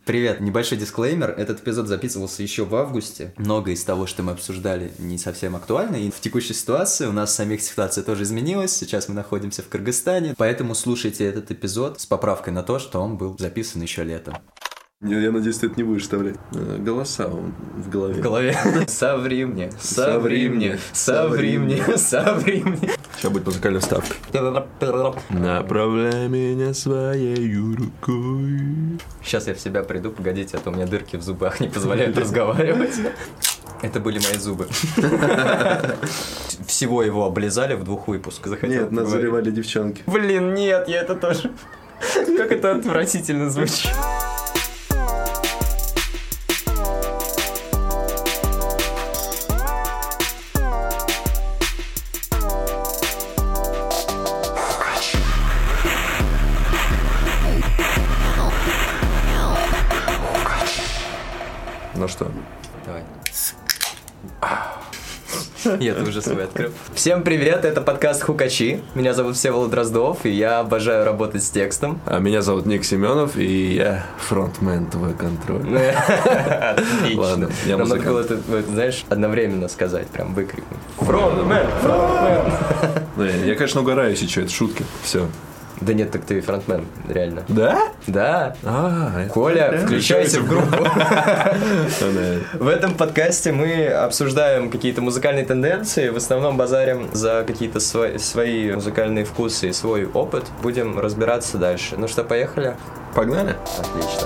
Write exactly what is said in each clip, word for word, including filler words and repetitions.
Привет, небольшой дисклеймер. Этот эпизод записывался еще в августе. Многое из того, что мы обсуждали, не совсем актуально. И в текущей ситуации у нас самих ситуация тоже изменилась. Сейчас мы находимся в Кыргызстане. Поэтому слушайте этот эпизод с поправкой на то, что он был записан еще летом. Я надеюсь, ты это не будешь вставлять. Голоса в голове. В голове. Соври мне, соври мне, соври мне, соври мне. Сейчас будет музыкальная вставка. Направляй меня своей рукой. Сейчас я в себя приду, погодите, а то у меня дырки в зубах не позволяют разговаривать. Это были мои зубы. Всего его облизали в двух выпусках. Нет, нас заливали девчонки. Блин, нет, я это тоже... Как это отвратительно звучит. Ну что? Давай. Я тоже свой открыл. Всем привет, это подкаст Хукачи. Меня зовут Всеволод Дроздов, и я обожаю работать с текстом. А меня зовут Ник Семенов, и я фронтмен ТВ-контроль. Отлично. Ладно, я Нам надо музыкант. было это, знаешь, одновременно сказать, прям выкрикнуть. Фронтмен, фронтмен. Ну, я, я, конечно, угораю сейчас, это шутки. Все. Да нет, так ты фронтмен, реально. Да? Да. А, Коля, включайся в группу. да. В этом подкасте мы обсуждаем какие-то музыкальные тенденции, в основном базарим за какие-то свои, свои музыкальные вкусы и свой опыт. Будем разбираться дальше. Ну что, поехали? Погнали? Отлично.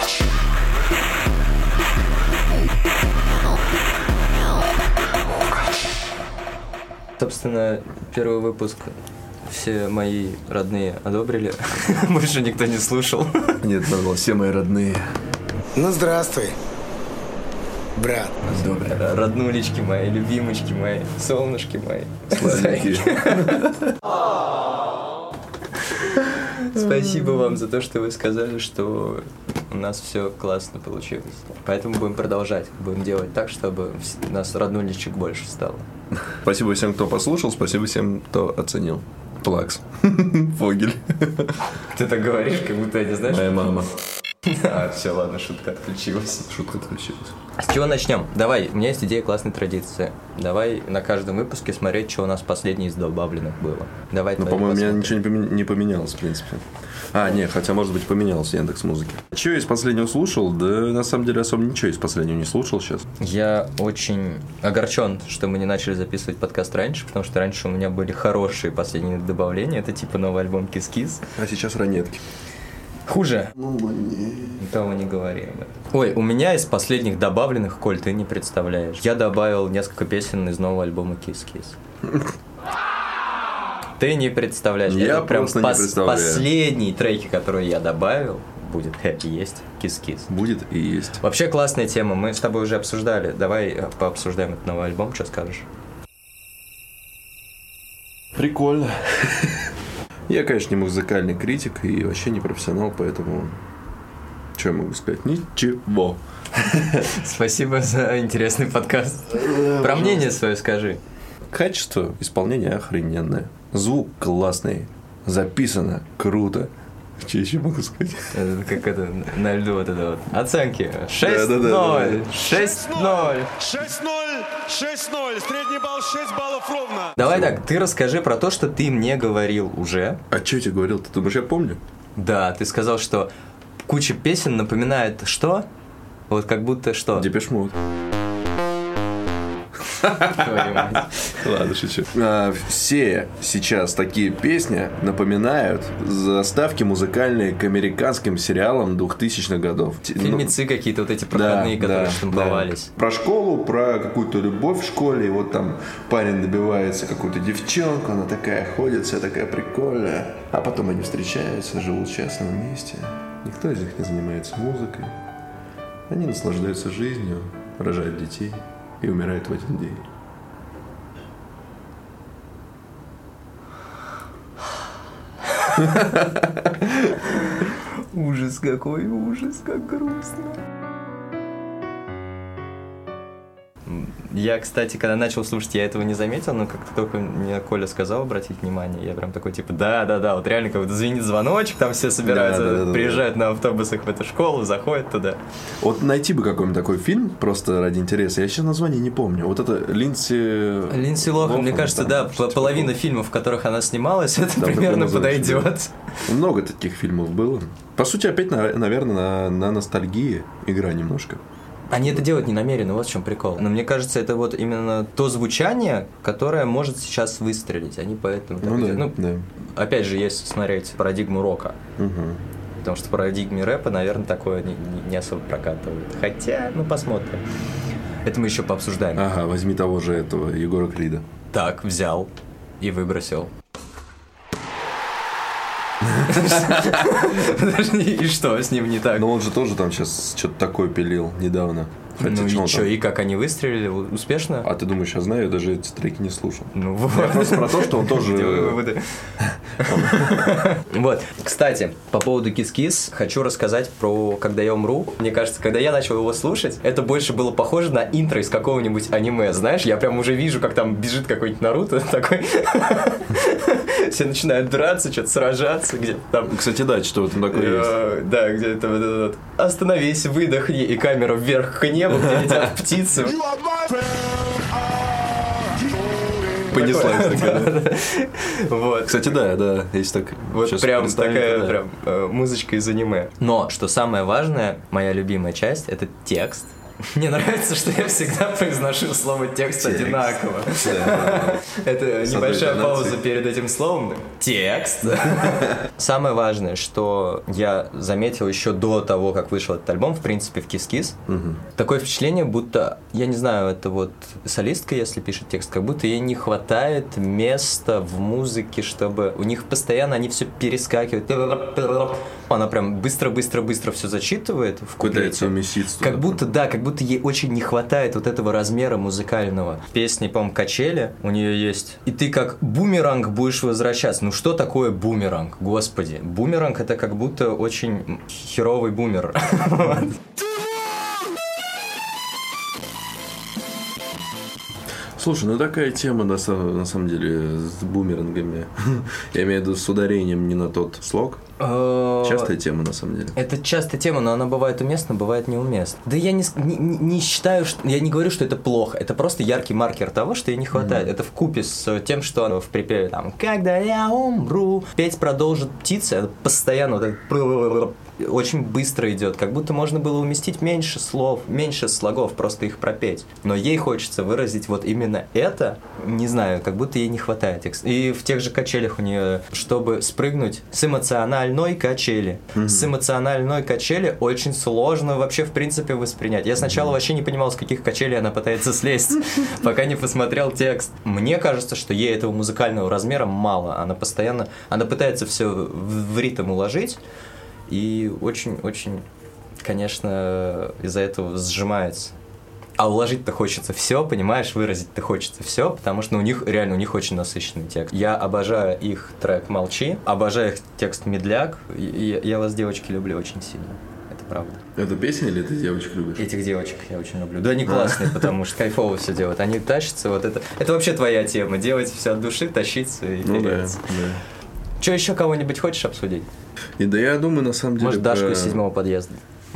Собственно, первый выпуск все мои родные одобрили. Больше никто не слушал. Нет, надо было все мои родные. Ну, здравствуй, брат. Добрый. Роднулечки мои, любимочки мои, солнышки мои. Сладенькие. Спасибо вам за то, что вы сказали, что у нас все классно получилось. Поэтому будем продолжать. Будем делать так, чтобы у нас роднулечек больше стало. Спасибо всем, кто послушал, спасибо всем, кто оценил. Плакс. Фогель. Ты так говоришь, как будто я не знаешь. Моя мама. А, все, ладно, шутка отключилась. Шутка отключилась. С чего начнем? Давай, у меня есть идея классной традиции. Давай на каждом выпуске смотреть, что у нас последнее из добавленных было. Давай. Ну, по-моему, у меня ничего не, помен... не поменялось, в принципе. А, не, хотя, может быть, поменялось в Яндекс.Музыке. Что я из последнего слушал? Да, на самом деле, особо ничего из последнего не слушал сейчас. Я очень огорчен, что мы не начали записывать подкаст раньше, потому что раньше у меня были хорошие последние добавления. Это типа новый альбом Кис-Кис. А сейчас ранетки. Хуже. Ну, не. Никого не говори об этом. Ой, у меня из последних добавленных, Коль, ты не представляешь. Я добавил несколько песен из нового альбома Кис-Кис. Ты не представляешь. Я это прям просто не пос- представляю. Последние треки, которые я добавил, будет и есть Кис-Кис. Будет и есть. Вообще классная тема, мы с тобой уже обсуждали. Давай пообсуждаем этот новый альбом, что скажешь? Прикольно. Я, конечно, не музыкальный критик и вообще не профессионал, поэтому... Что я могу сказать? Ничего. Спасибо за интересный подкаст. Про мнение свое скажи. Качество исполнения охрененное. Звук классный. Записано круто. Что еще могу сказать? Это как это, на льду вот это вот. Оценки. шесть Да, да, да, ноль. да, да. шесть ноль. шесть ноль, шесть ноль, средний балл шесть баллов ровно. Давай так, ты расскажи про то, что ты мне говорил уже. А что я тебе говорил? Ты думаешь, я помню? Да, ты сказал, что куча песен напоминает что? Вот как будто что? Депеш Мод. Твою мать. Ладно, шучу. А, все сейчас такие песни напоминают заставки музыкальные к американским сериалам двухтысячных годов. Фильмецы какие-то вот эти проходные, Да, которые да, штамповались. да. Про школу, про какую-то любовь в школе. И вот там парень добивается какую-то девчонку, она такая ходит, вся такая прикольная. А потом они встречаются, живут счастливо вместе. Никто из них не занимается музыкой. Они наслаждаются жизнью, рожают детей и умирают в один день. Ужас какой, ужас, как грустно. Я, кстати, когда начал слушать, я этого не заметил, но как-то только мне Коля сказал обратить внимание, я прям такой, типа, да-да-да, вот реально как будто звенит звоночек, там все собираются, да, да, да, приезжают да. на автобусах в эту школу, заходят туда. Вот найти бы какой-нибудь такой фильм, просто ради интереса, я сейчас название не помню, вот это Линдси... Линдси Лохан, мне кажется, там, да, половина фильмов, в которых она снималась, это там примерно подойдет. Да. Много таких фильмов было. По сути, опять, наверное, на, на ностальгии игра немножко. Они это делают не намеренно, вот в чем прикол. Но мне кажется, это вот именно то звучание, которое может сейчас выстрелить. Они поэтому... Ну, да, ну, да. Опять же, если смотреть парадигму рока. Угу. Потому что в парадигме рэпа, наверное, такое не, не особо прокатывает. Хотя, ну, посмотрим. Это мы еще пообсуждаем. Ага, возьми того же этого, Егора Крида. Так, взял и выбросил. И что с ним не так? Ну он же тоже там сейчас что-то такое пилил недавно. Хотя, ну и что, и как они выстрелили успешно? А ты думаешь, я знаю, я даже эти треки не слушал. Ну вот. Я просто про то, что он тоже... Вот. Кстати, по поводу Кис-Кис хочу рассказать про «Когда я умру». Мне кажется, когда я начал его слушать, это больше было похоже на интро из какого-нибудь аниме. Знаешь, я прям уже вижу, как там бежит какой-нибудь Наруто такой. Все начинают драться, что-то сражаться где-то там. Кстати, да, что-то там такое есть. Да, где-то вот этот «Остановись, выдохни», и камера вверх к небу, где летят птицы. Понеслась такая. Вот. Кстати, да, да, есть так. Вот прям такая прям музычка из аниме. Но, что самое важное, моя любимая часть, это текст. Мне нравится, что я всегда произношу слово «текст» одинаково. Это небольшая пауза перед этим словом. Текст. Самое важное, что я заметил еще до того, как вышел этот альбом, в принципе, в Кис-Кис, такое впечатление, будто, я не знаю, это вот солистка, если пишет текст, как будто ей не хватает места в музыке, чтобы у них постоянно они все перескакивают. Она прям быстро-быстро-быстро все зачитывает в куплете. Как будто, да, как будто ей очень не хватает вот этого размера музыкального. В песне, по-моему, «Качели» у нее есть. И ты как бумеранг будешь возвращаться. Ну что такое бумеранг? Господи. Бумеранг — это как будто очень херовый бумер. Слушай, ну такая тема на, на самом деле с бумерангами. Я имею в виду с ударением не на тот слог. Частая тема, на самом деле. Это частая тема, но она бывает уместна, бывает неуместна. Да я не, не, не считаю, что... Я не говорю, что это плохо. Это просто яркий маркер того, что ей не хватает. Mm-hmm. Это вкупе с тем, что она в припеве там «Когда я умру», петь продолжит птицы, это постоянно вот это... очень быстро идет, как будто можно было уместить меньше слов, меньше слогов, просто их пропеть. Но ей хочется выразить вот именно это, не знаю, как будто ей не хватает. И в тех же «Качелях» у нее, чтобы спрыгнуть с эмоциональной качели. Mm-hmm. С эмоциональной качели очень сложно вообще в принципе воспринять. Я сначала mm-hmm. вообще не понимал, с каких качелей она пытается слезть, пока не посмотрел текст. Мне кажется, что ей этого музыкального размера мало. Она постоянно, она пытается все в ритм уложить, и очень-очень, конечно, из-за этого сжимается. А уложить-то хочется все, понимаешь, выразить-то хочется все, потому что ну, у них реально у них очень насыщенный текст. Я обожаю их трек «Молчи», обожаю их текст «Медляк». Я, я вас, девочки, люблю очень сильно. Это правда. Это песня или ты девочек любишь? Этих девочек я очень люблю. Да они классные, потому что кайфово все делают. Они тащатся, вот это. Это вообще твоя тема. Делать все от души, тащиться и ну да, да. Че, еще кого-нибудь хочешь обсудить? И да я думаю, на самом деле... Может, Дашку про... из седьмого подъезда?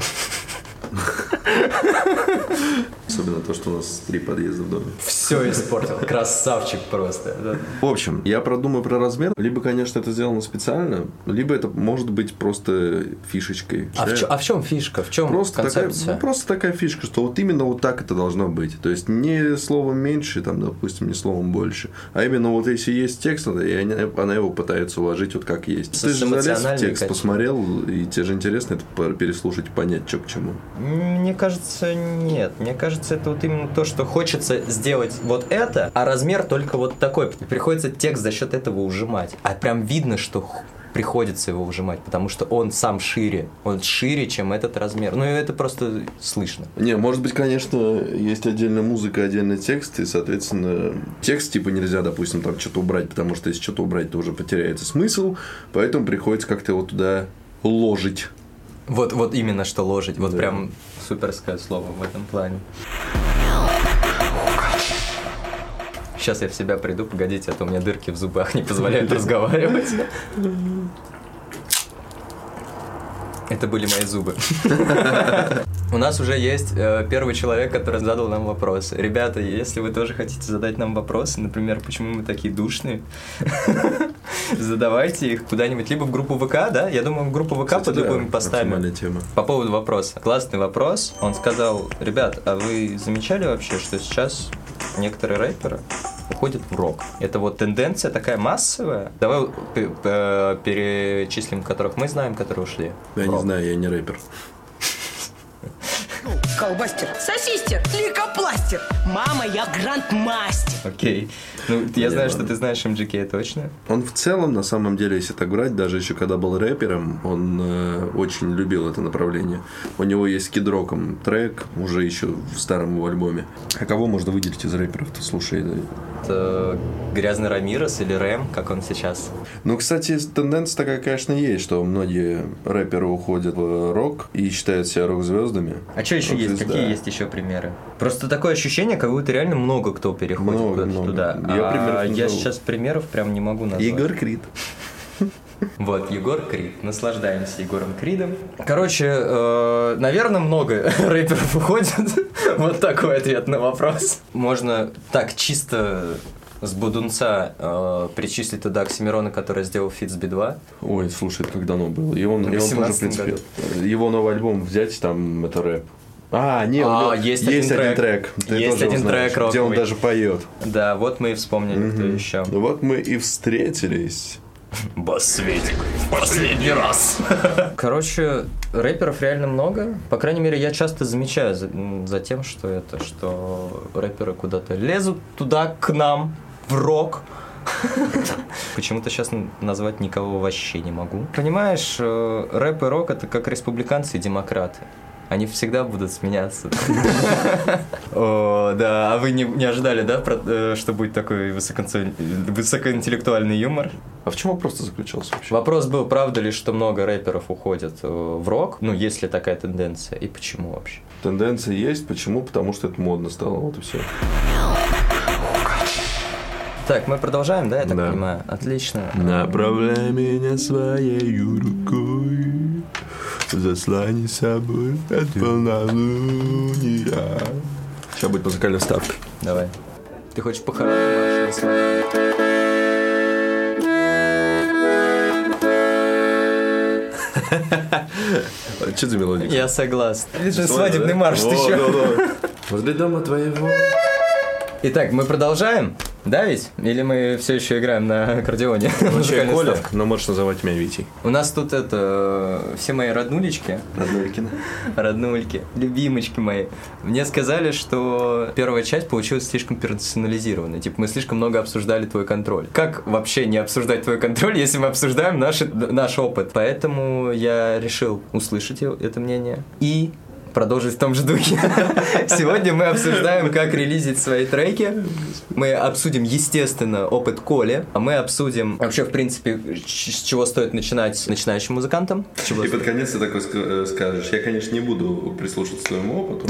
Особенно то, что у нас три подъезда в доме. Все испортил. Красавчик просто. Да. В общем, я продумаю про размер. Либо, конечно, это сделано специально, либо это может быть просто фишечкой. А, в, чё, а в чем фишка? В чем просто концепция? Такая, ну, просто такая фишка, что вот именно вот так это должно быть. То есть не словом меньше, там, допустим, не словом больше. А именно вот если есть текст, и они, она его пытается уложить вот как есть. Ты же залез в текст, качество. Посмотрел, и тебе же интересно это переслушать, понять, что к чему. Мне кажется, нет. Мне кажется, это вот именно то, что хочется сделать вот это, а размер только вот такой. Приходится текст за счет этого ужимать. А прям видно, что приходится его ужимать, потому что он сам шире. Он шире, чем этот размер. Ну, и это просто слышно. Не, может быть, конечно, есть отдельная музыка, отдельный текст, и, соответственно, текст, типа, нельзя, допустим, там что-то убрать, потому что если что-то убрать, то уже потеряется смысл, поэтому приходится как-то его туда ложить. Вот, вот именно что ложить. Вот да. Прям суперское слово в этом плане. Сейчас я в себя приду, погодите, а то у меня дырки в зубах не позволяют разговаривать. Это были мои зубы. У нас уже есть э, первый человек, который задал нам вопрос. Ребята, если вы тоже хотите задать нам вопросы, например, почему мы такие душные, задавайте их куда-нибудь, либо в группу ВК, да? Я думаю, в группу ВК под любым поставим. По поводу вопроса. Классный вопрос. Он сказал: ребят, а вы замечали вообще, что сейчас некоторые рэперы уходят в рок? Это вот тенденция такая массовая. Давай перечислим, которых мы знаем, которые ушли. Я не знаю, я не рэпер. Колбастер, сосистер, лейкопластер. Мама, я грандмастер. Окей. Ну, я знаю, что ты знаешь эм джи кей, точно? Он в целом, на самом деле, если так брать, даже еще когда был рэпером, он э, очень любил это направление. У него есть с Kid Rock'ом трек, уже еще в старом его альбоме. А кого можно выделить из рэперов-то, слушай? Да? Это Грязный Рамирес или Рэм, как он сейчас? Ну, кстати, тенденция такая, конечно, есть, что многие рэперы уходят в рок и считают себя рок-звездами. А что еще есть? Какие есть еще примеры? Просто такое ощущение, как будто реально много кто переходит много, куда-то много. Туда. Я, а я сейчас примеров прям не могу назвать. Егор Крид. Вот, Егор Крид. Наслаждаемся Егором Кридом. Короче, э, наверное, много рэперов уходит. Вот такой ответ на вопрос. Можно так чисто с будунца э, причислить туда Оксимирона, который сделал фит с би два. Ой, слушай, это когда оно было? И он, и он тоже, в принципе, году. Его новый альбом взять, там это рэп. А, нет, а, есть, есть один, один трек, трек. Ты есть один знаешь, трек роковый, где он даже поет. Да, вот мы и вспомнили, угу. Кто еще. Вот мы и встретились. Бас-Светик в последний раз. Короче, рэперов реально много. По крайней мере, я часто замечаю за, за тем, что это, что рэперы куда-то лезут туда, к нам, в рок. Почему-то сейчас назвать никого вообще не могу. Понимаешь, рэп и рок — это как республиканцы и демократы. Они всегда будут сменяться. О, да, а вы не, не ожидали, да, про, что будет такой высокоинтеллектуальный юмор? А в чем вопрос заключался вообще? Вопрос был, правда ли, что много рэперов уходят в рок? Ну, есть ли такая тенденция? И почему вообще? Тенденция есть. Почему? Потому что это модно стало, вот и все. Так, мы продолжаем, да, я так да. понимаю? Отлично. Направляй меня своей рукой, заслони собой от полнолуния. Сейчас будет музыкальная вставка. Давай. Ты хочешь похоронный марш или свадьбу? Что за мелодия? Я согласен. Это свадебный марш, ты чё? Возле дома твоего. Итак, мы продолжаем, да ведь? Или мы все еще играем на аккордеоне? Вообще Коля, но можешь называть меня Витей. У нас тут это, все мои роднулечки. Роднулькины. Роднульки, любимочки мои. Мне сказали, что первая часть получилась слишком персонализированной. Типа мы слишком много обсуждали твой контроль. Как вообще не обсуждать твой контроль, если мы обсуждаем наш, наш опыт? Поэтому я решил услышать это мнение и продолжить в том же духе. Сегодня мы обсуждаем, как релизить свои треки. Мы обсудим, естественно, опыт Коли. А мы обсудим вообще, в принципе, с чего стоит начинать начинающим музыкантам. И под конец ты такой скажешь: я, конечно, не буду прислушиваться к своему опыту.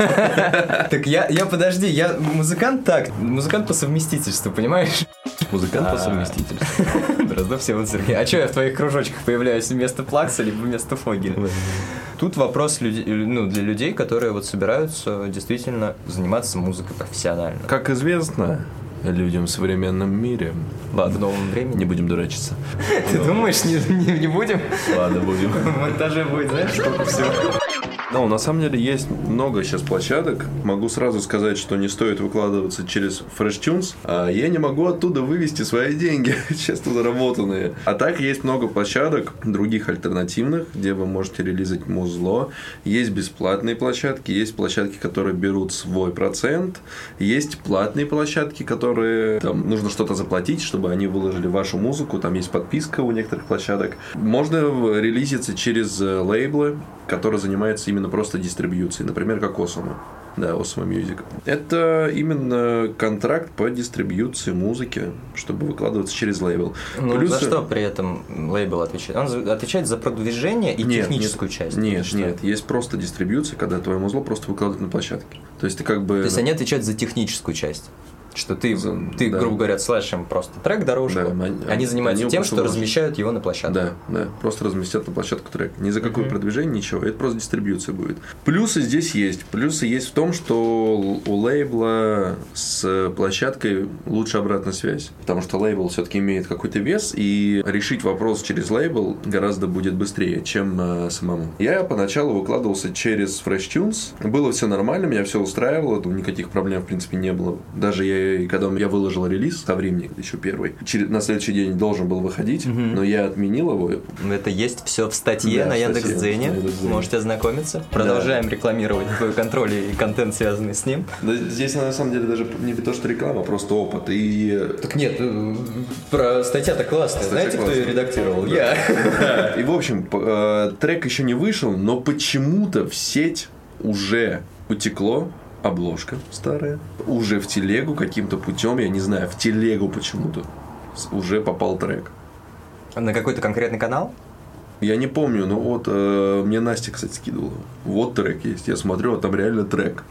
Так я, я подожди, я музыкант так, музыкант по совместительству, понимаешь? Музыкант по совместительству. Дроздов Всеволод Сергей. А что я в твоих кружочках появляюсь вместо Плакса либо вместо Фогеля? Тут вопрос людей, ну, для людей, которые вот собираются действительно заниматься музыкой профессионально. Как известно людям в современном мире, ладно, в новом времени, не будем дурачиться. Ты думаешь, не, не, не будем? Ладно, будем. В монтаже будет, знаешь, сколько всего. Ну, на самом деле есть много сейчас площадок. Могу сразу сказать, что не стоит выкладываться через FreshTunes. А я не могу оттуда вывести свои деньги, честно заработанные. А так есть много площадок, других альтернативных, где вы можете релизить музло. Есть бесплатные площадки, есть площадки, которые берут свой процент. Есть платные площадки, которые там нужно что-то заплатить, чтобы они выложили вашу музыку. Там есть подписка у некоторых площадок. Можно релизиться через лейблы, которые занимаются именно просто дистрибьюцией, например, как Osmo. Да, Osmo Music. Это именно контракт по дистрибьюции музыки, чтобы выкладываться через лейбл. Ну, Плюс... за что при этом лейбл отвечает? Он отвечает за продвижение и нет, техническую нет, часть? Нет, нет, есть просто дистрибьюция, когда твое музло просто выкладывают на площадке. То есть ты как бы... То есть они отвечают за техническую часть? Что ты, За- ты да. грубо говоря, слэшем просто трек, дорожку, Да, они- они занимаются они тем, просто что выложат. размещают его на площадку. Да, да, просто разместят на площадку трек. Ни за какое продвижение, ничего. Это просто дистрибьюция будет. Плюсы здесь есть. Плюсы есть в том, что у лейбла с площадкой лучше обратная связь. Потому что лейбл все-таки имеет какой-то вес, и решить вопрос через лейбл гораздо будет быстрее, чем э, самому. Я поначалу выкладывался через FreshTunes. Было все нормально, меня все устраивало, никаких проблем в принципе не было. Даже я, когда я выложил релиз со времени, еще первый, через, на следующий день должен был выходить, но я отменил его. Это есть все в статье Да, на в статье, Яндекс.Дзене. на Яндекс.Дзене. Можете ознакомиться. Продолжаем рекламировать твой контроль и контент, связанный с ним. Да, здесь на самом деле даже не то, что реклама, а просто опыт. И Так нет, э, про статья-то классная. Статья Знаете, кто классная. ее редактировал? Я. И, в общем, п- э, трек еще не вышел, но почему-то в сеть уже утекло обложка старая. Уже в телегу каким-то путем, я не знаю, в телегу почему-то с- уже попал трек. На какой-то конкретный канал? Я не помню, но вот э, мне Настя, кстати, скидывала. Вот трек есть. Я смотрю, а там реально трек.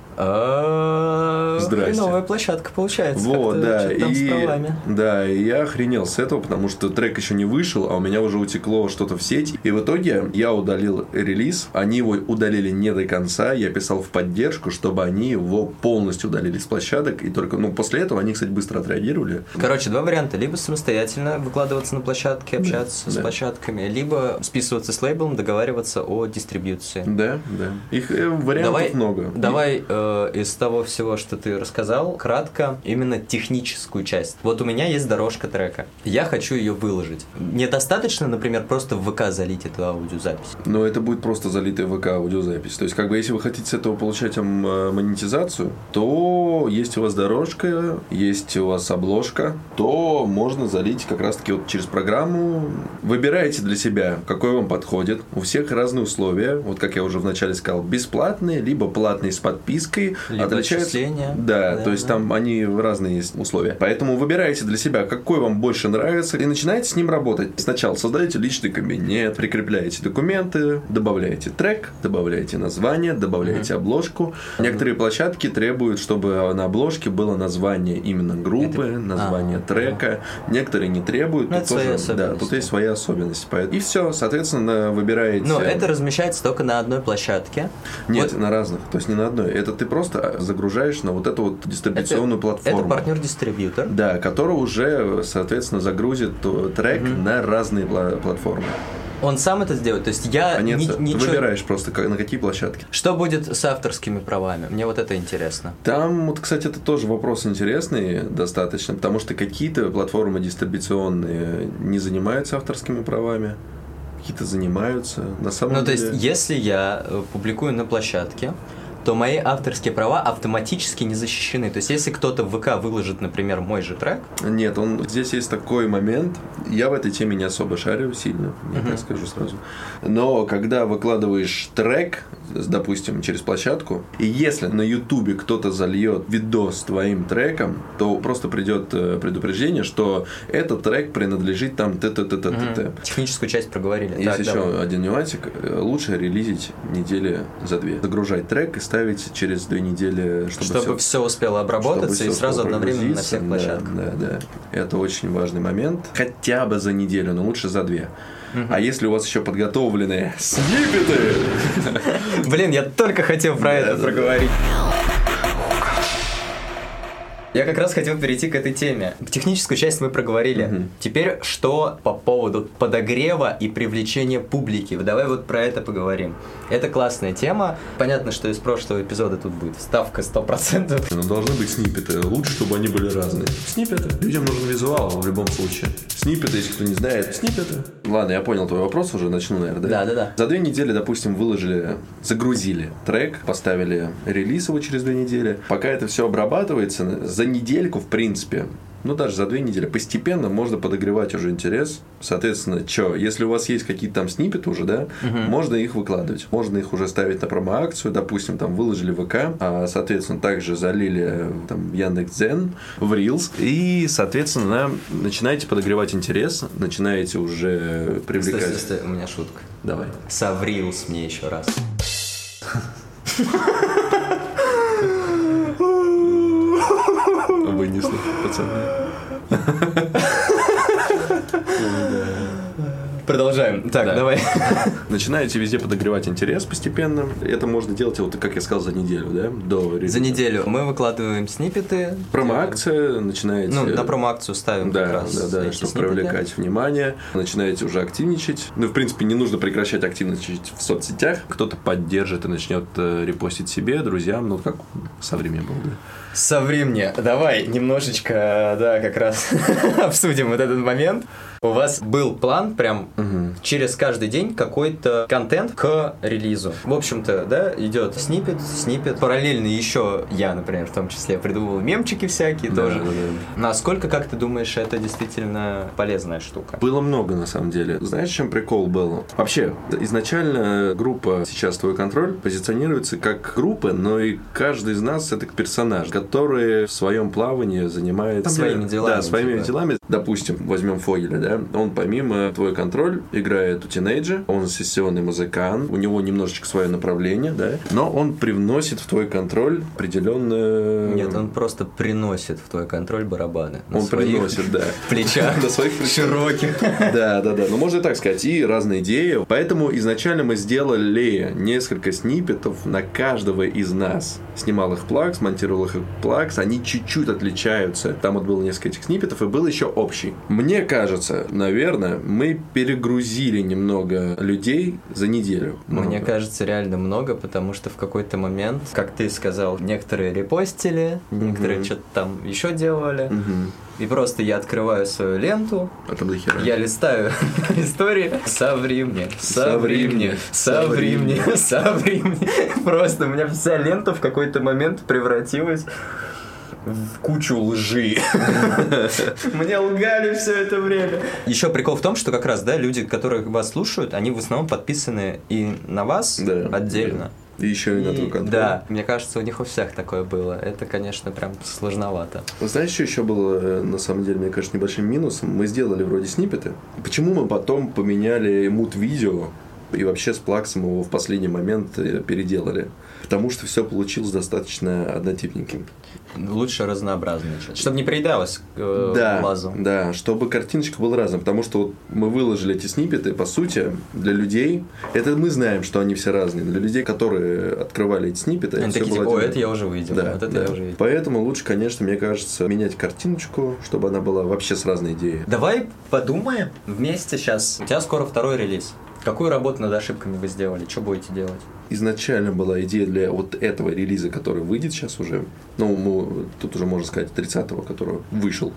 А, Здрасте. Новая площадка получается. Вот, как-то да. что-то там с И, правами. да, и я охренел с этого, потому что трек еще не вышел, а у меня уже утекло что-то в сеть. И в итоге я удалил релиз. Они его удалили не до конца. Я писал в поддержку, чтобы они его полностью удалили с площадок. И только, ну, после этого они, кстати, быстро отреагировали. Короче, два варианта. Либо самостоятельно выкладываться на площадке, общаться да. с площадками, либо списываться с лейблом, договариваться о дистрибьюции. Да, да. Их э, вариантов Давай, много. давай э, из того всего, что ты рассказал, кратко именно техническую часть. Вот у меня есть дорожка трека. Я хочу ее выложить. Недостаточно, например, просто в ВК залить эту аудиозапись. Но это будет просто залитая ВК аудиозапись. То есть, как бы, если вы хотите с этого получать м, э, монетизацию, то есть у вас дорожка, есть у вас обложка, то можно залить как раз-таки вот через программу. Выбираете для себя, какой вам подходит. У всех разные условия. Вот как я уже вначале сказал, бесплатные, либо платные с подпиской. Либо Отличаются- отчисления. Да, Да, то есть да. там они разные есть условия. Поэтому выбираете для себя, какой вам больше нравится, и начинаете с ним работать. Сначала создаете личный кабинет, прикрепляете документы, добавляете трек, добавляете название, добавляете обложку. Некоторые площадки требуют, чтобы на обложке было название именно группы, Это- название А, трека. Некоторые не требуют. Ну, тут это свои тоже- да, особенности. тут есть свои особенности. Поэтому- И все, соответственно, выбираете. Но это размещается только на одной площадке. Нет, Вот на разных. То есть не на одной. Это ты просто загружаешь на вот эту вот дистрибуционную это, платформу. это партнер-дистрибьютор. Да, который уже, соответственно, загрузит э, трек на разные пла- платформы. Он сам это сделает. То есть я А нет, ни- ты ничего... выбираешь просто, как- на какие площадки. Что будет с авторскими правами? Мне вот это интересно. Там, вот, кстати, это тоже вопрос интересный достаточно, потому что какие-то платформы дистрибуционные не занимаются авторскими правами, какие-то занимаются. На самом Ну, то деле... есть, если я э, публикую на площадке, то мои авторские права автоматически не защищены. То есть, если кто-то в ВК выложит, например, мой же трек, Нет, он, здесь есть такой момент. Я в этой теме не особо шарю сильно, я так скажу сразу. Но когда выкладываешь трек, допустим, через площадку, и если на Ютубе кто-то зальет видос с твоим треком, то просто придет э, предупреждение, что этот трек принадлежит там т-т-т-т-т. техническую часть проговорили. Есть Так, еще давай. один нюансик. Э, Лучше релизить недели за две. Загружать трек и ставить через две недели, чтобы, Чтобы все все успело обработаться чтобы и всё сразу успело одновременно на прогрузиться. всех площадках. Да, да, да. Это очень важный момент. Хотя бы за неделю, но лучше за две. А если у вас еще подготовлены сниппеты, Блин, я только хотел про это да, проговорить. Я как раз хотел перейти к этой теме. Техническую часть мы проговорили. Мгм. Теперь что по поводу подогрева и привлечения публики? Давай вот про это поговорим. Это классная тема. Понятно, что из прошлого эпизода тут будет вставка сто процентов. но должны быть сниппеты. Лучше, чтобы они были разные. Сниппеты. Людям нужен визуал в любом случае. Сниппеты, если кто не знает, сниппеты. Ладно, я понял твой вопрос, уже начну, наверное, да? Да, да, да. За две недели, допустим, выложили, загрузили трек, поставили релиз его через две недели. Пока это все обрабатывается, за недельку, в принципе, ну, даже за две недели, постепенно можно подогревать уже интерес. Соответственно, что, если у вас есть какие-то там сниппеты уже, да, можно их выкладывать. Можно их уже ставить на промо-акцию. Допустим, там выложили в ВК, а, соответственно, также залили там в Яндекс.Дзен, в Reels. И, соответственно, начинаете подогревать интерес, начинаете уже привлекать. Стой, стой, стой, у меня шутка. Давай. Соврилс мне еще раз. Вы вынесли, пацаны. Продолжаем. Так, Да. давай. Начинаете везде подогревать интерес постепенно. Это можно делать, вот, как я сказал, за неделю, да? До релиза. За неделю мы выкладываем сниппеты. Промо-акция, начинаете... Ну, на промо-акцию ставим Да, как раз да, да, эти чтобы сниппеты. привлекать внимание. Начинаете уже активничать. Ну, в принципе, не нужно прекращать активничать в соцсетях. Кто-то поддержит и начнет э, репостить себе, друзьям. Ну, как со временем было, да? Соври мне, давай немножечко, да, как раз обсудим вот этот момент. У вас был план прям Угу. через каждый день какой-то контент к релизу. В общем-то, да, идет сниппет, сниппет. Параллельно еще я, например, в том числе придумывал мемчики всякие Да, тоже. да, да. Насколько, как ты думаешь, это действительно полезная штука? Было много, на самом деле. Знаешь, в чем прикол был? Вообще, изначально группа «Сейчас твой контроль» позиционируется как группа, но и каждый из нас — это персонаж, который в своем плавании занимается... Своими делами, Да, своими типа. делами. Допустим, возьмем Фогеля, да? Он помимо «Твой контроль» играет у Тинейджа, он сессионный музыкант, у него немножечко свое направление, да? Но он привносит в «Твой контроль» определенную... Нет, он просто приносит в твой контроль барабаны. На Он своих приносит, да. плечах На своих плечах. широких. Да, да, да. Ну, можно и так сказать. И разные идеи. Поэтому изначально мы сделали несколько сниппетов на каждого из нас. Снимал их Плакс, монтировал их Плакс. Они чуть-чуть отличаются. Там вот было несколько этих сниппетов, и был еще общий. Мне кажется, наверное, мы перегрузили немного людей за неделю. Мне Много. кажется, реально много, потому что в какой-то момент, как ты сказал, некоторые репостили, некоторые Мгм. что-то там еще делали. Мгм. И просто я открываю свою ленту, А там до хера. я листаю истории. Соври мне, соври мне, соври мне, соври мне. Просто у меня вся лента в какой-то момент превратилась в кучу лжи. Мне лгали все это время. Еще прикол в том, что как раз, да, люди, которые вас слушают, они в основном подписаны и на вас Да, отдельно. И еще и на твой И- контроль. Да, мне кажется, у них у всех такое было. Это, конечно, прям сложновато. Знаешь, что еще было, э, на самом деле, мне кажется, небольшим минусом? Мы сделали вроде сниппеты. Почему мы потом поменяли мут-видео и вообще с Плаксом его в последний момент э, переделали? Потому что все получилось достаточно однотипненьким. Лучше разнообразно. Чтобы не приедалось к э, Да, глазу. да, чтобы картиночка была разная. Потому что вот мы выложили эти сниппеты, по сути, для людей. Это мы знаем, что они все разные. Для людей, которые открывали эти сниппеты, Они всё такие, было типа, о, одинаково. это я уже увидел. Да, вот это да. я уже видел. Поэтому лучше, конечно, мне кажется, менять картиночку, чтобы она была вообще с разной идеей. Давай подумаем вместе сейчас. У тебя скоро второй релиз. Какую работу над ошибками вы сделали? Что будете делать? Изначально была идея для вот этого релиза, который выйдет сейчас уже. Ну, мы, тут уже можно сказать тридцатого, который вышел.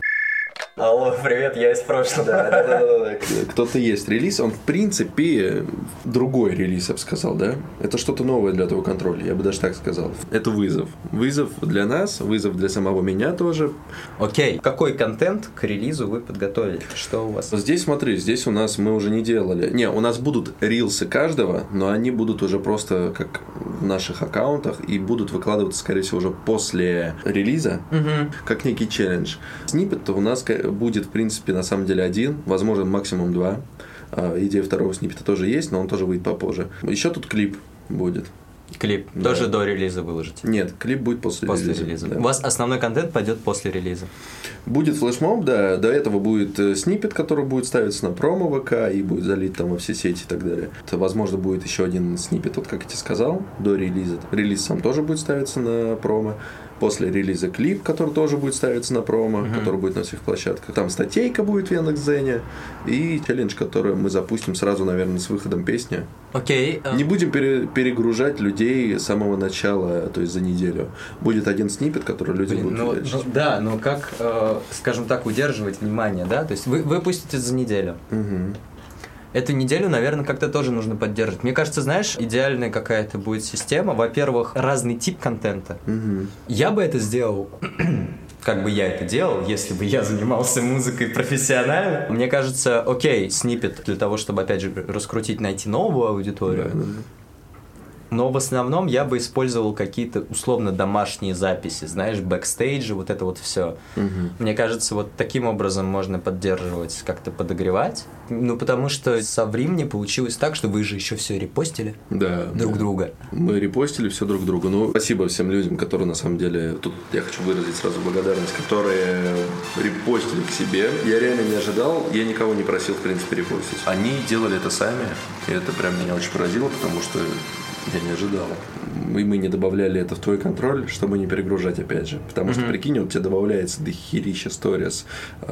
Алло, привет, я из прошлого. Да-да-да. Кто-то есть релиз, он в принципе другой релиз, я бы сказал, да? Это что-то новое для твоего контроля, я бы даже так сказал. Это вызов. Вызов для нас, вызов для самого меня тоже. Окей, какой контент к релизу вы подготовили? Что у вас? Здесь смотри, здесь у нас мы уже не делали. Не, у нас будут рилсы каждого, но они будут уже просто как в наших аккаунтах и будут выкладываться, скорее всего, уже после релиза, Мгм. как некий челлендж. Сниппет у нас будет, в принципе, на самом деле один, возможно, максимум два. А, Идея второго сниппета тоже есть, но он тоже выйдет попозже. Еще тут клип будет. Клип. Да. Тоже до релиза выложите? Нет, клип будет после, После релиза. релиза. Да. У вас основной контент пойдет после релиза. Будет флешмоб, да. До этого будет э, сниппет, который будет ставиться на промо ВК и будет залит там во все сети и так далее. Это, возможно, будет еще один сниппет, вот как я тебе сказал, до релиза. Релиз сам тоже будет ставиться на промо. После релиза клип, который тоже будет ставиться на промо, Мгм. который будет на всех площадках. Там статейка будет в Яндекс.Дзене и челлендж, который мы запустим сразу, наверное, с выходом песни. Окей. э, Не будем пере- перегружать людей с самого начала, то есть за неделю. Будет один сниппет, который люди Блин, будут ну, дальше. ну да, но как, э, скажем так, удерживать внимание, да? То есть вы выпустите за неделю. Мгм. Эту неделю, наверное, как-то тоже нужно поддерживать. Мне кажется, знаешь, идеальная какая-то будет система. Во-первых, разный тип контента. Мгм. Я бы это сделал, как бы я это делал, если бы я занимался музыкой профессионально. Мне кажется, окей, сниппет для того, чтобы, опять же, раскрутить, найти новую аудиторию. Да, да, да. Но в основном я бы использовал какие-то условно домашние записи, знаешь, бэкстейджи, вот это вот все. Угу. Мне кажется, вот таким образом можно поддерживать, как-то подогревать. Ну, потому что со временем получилось так, что вы же еще все репостили да, друг да. друга. Мы репостили все друг другу. Ну, спасибо всем людям, которые на самом деле, тут я хочу выразить сразу благодарность, которые репостили к себе. Я реально не ожидал, я никого не просил, в принципе, репостить. Они делали это сами, и это прям меня очень поразило, потому что я не ожидал. И мы не добавляли это в твой контроль, чтобы не перегружать, опять же. Потому mm-hmm. что, прикинь, у тебя добавляется дохерища сторис.